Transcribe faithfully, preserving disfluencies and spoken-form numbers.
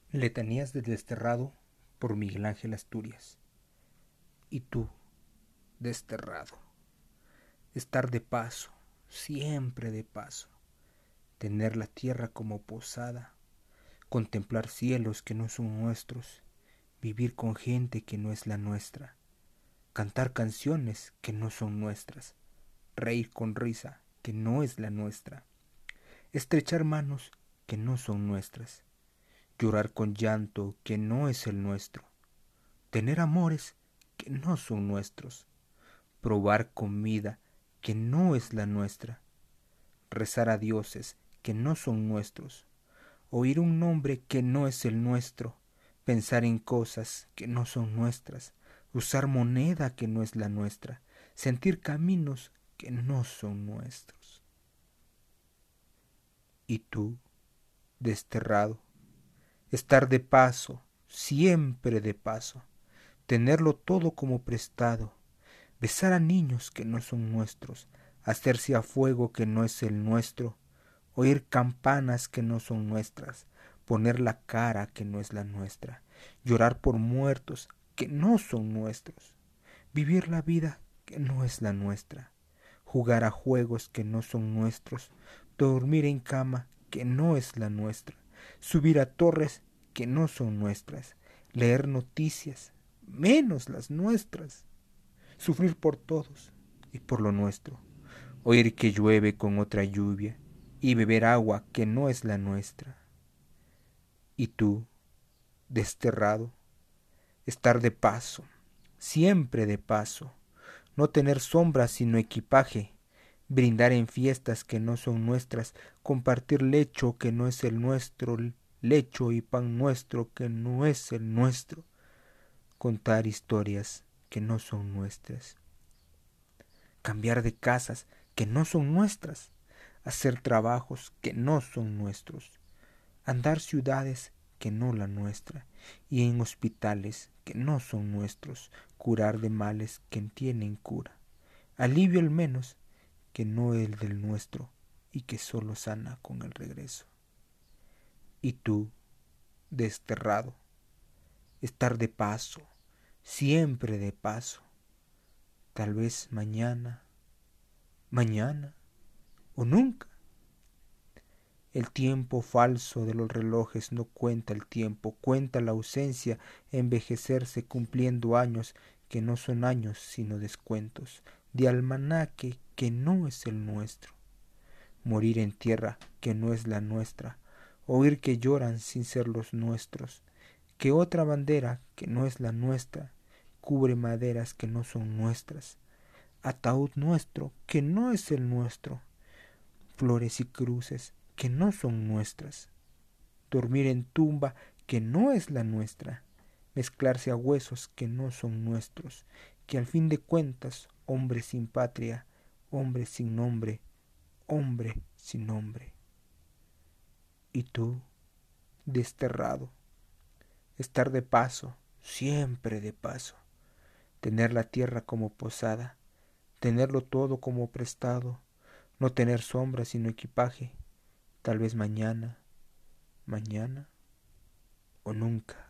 Letanías del desterrado por Miguel Ángel Asturias. Y tú, desterrado, estar de paso, siempre de paso, tener la tierra como posada, contemplar cielos que no son nuestros, vivir con gente que no es la nuestra, cantar canciones que no son nuestras, reír con risa que no es la nuestra, estrechar manos que no son nuestras, llorar con llanto que no es el nuestro, tener amores que no son nuestros, probar comida que no es la nuestra, rezar a dioses que no son nuestros, oír un nombre que no es el nuestro, pensar en cosas que no son nuestras, usar moneda que no es la nuestra, sentir caminos que no son nuestros. Y tú, desterrado, estar de paso, siempre de paso, tenerlo todo como prestado, besar a niños que no son nuestros, hacerse a fuego que no es el nuestro, oír campanas que no son nuestras, poner la cara que no es la nuestra, llorar por muertos que no son nuestros, vivir la vida que no es la nuestra, jugar a juegos que no son nuestros, dormir en cama que no es la nuestra, subir a torres que no son nuestras, leer noticias menos las nuestras, sufrir por todos y por lo nuestro, oír que llueve con otra lluvia y beber agua que no es la nuestra. Y tú, desterrado, estar de paso, siempre de paso, no tener sombras sino equipaje, brindar en fiestas que no son nuestras, compartir lecho que no es el nuestro, lecho y pan nuestro que no es el nuestro, contar historias que no son nuestras, cambiar de casas que no son nuestras, hacer trabajos que no son nuestros, andar ciudades que no la nuestra, y en hospitales que no son nuestros, curar de males que tienen cura, alivio al menos que no el del nuestro, y que solo sana con el regreso. Y tú, desterrado, estar de paso, siempre de paso, tal vez mañana, mañana o nunca. El tiempo falso de los relojes no cuenta el tiempo, cuenta la ausencia, envejecerse cumpliendo años que no son años sino descuentos, de almanaque que no es el nuestro, morir en tierra que no es la nuestra, oír que lloran sin ser los nuestros, que otra bandera que no es la nuestra cubre maderas que no son nuestras, ataúd nuestro que no es el nuestro, flores y cruces que no son nuestras, dormir en tumba que no es la nuestra, mezclarse a huesos que no son nuestros, que al fin de cuentas, hombre sin patria, hombre sin nombre, hombre sin nombre. Y tú, desterrado, estar de paso, siempre de paso, tener la tierra como posada, tenerlo todo como prestado, no tener sombra sino equipaje, tal vez mañana, mañana o nunca.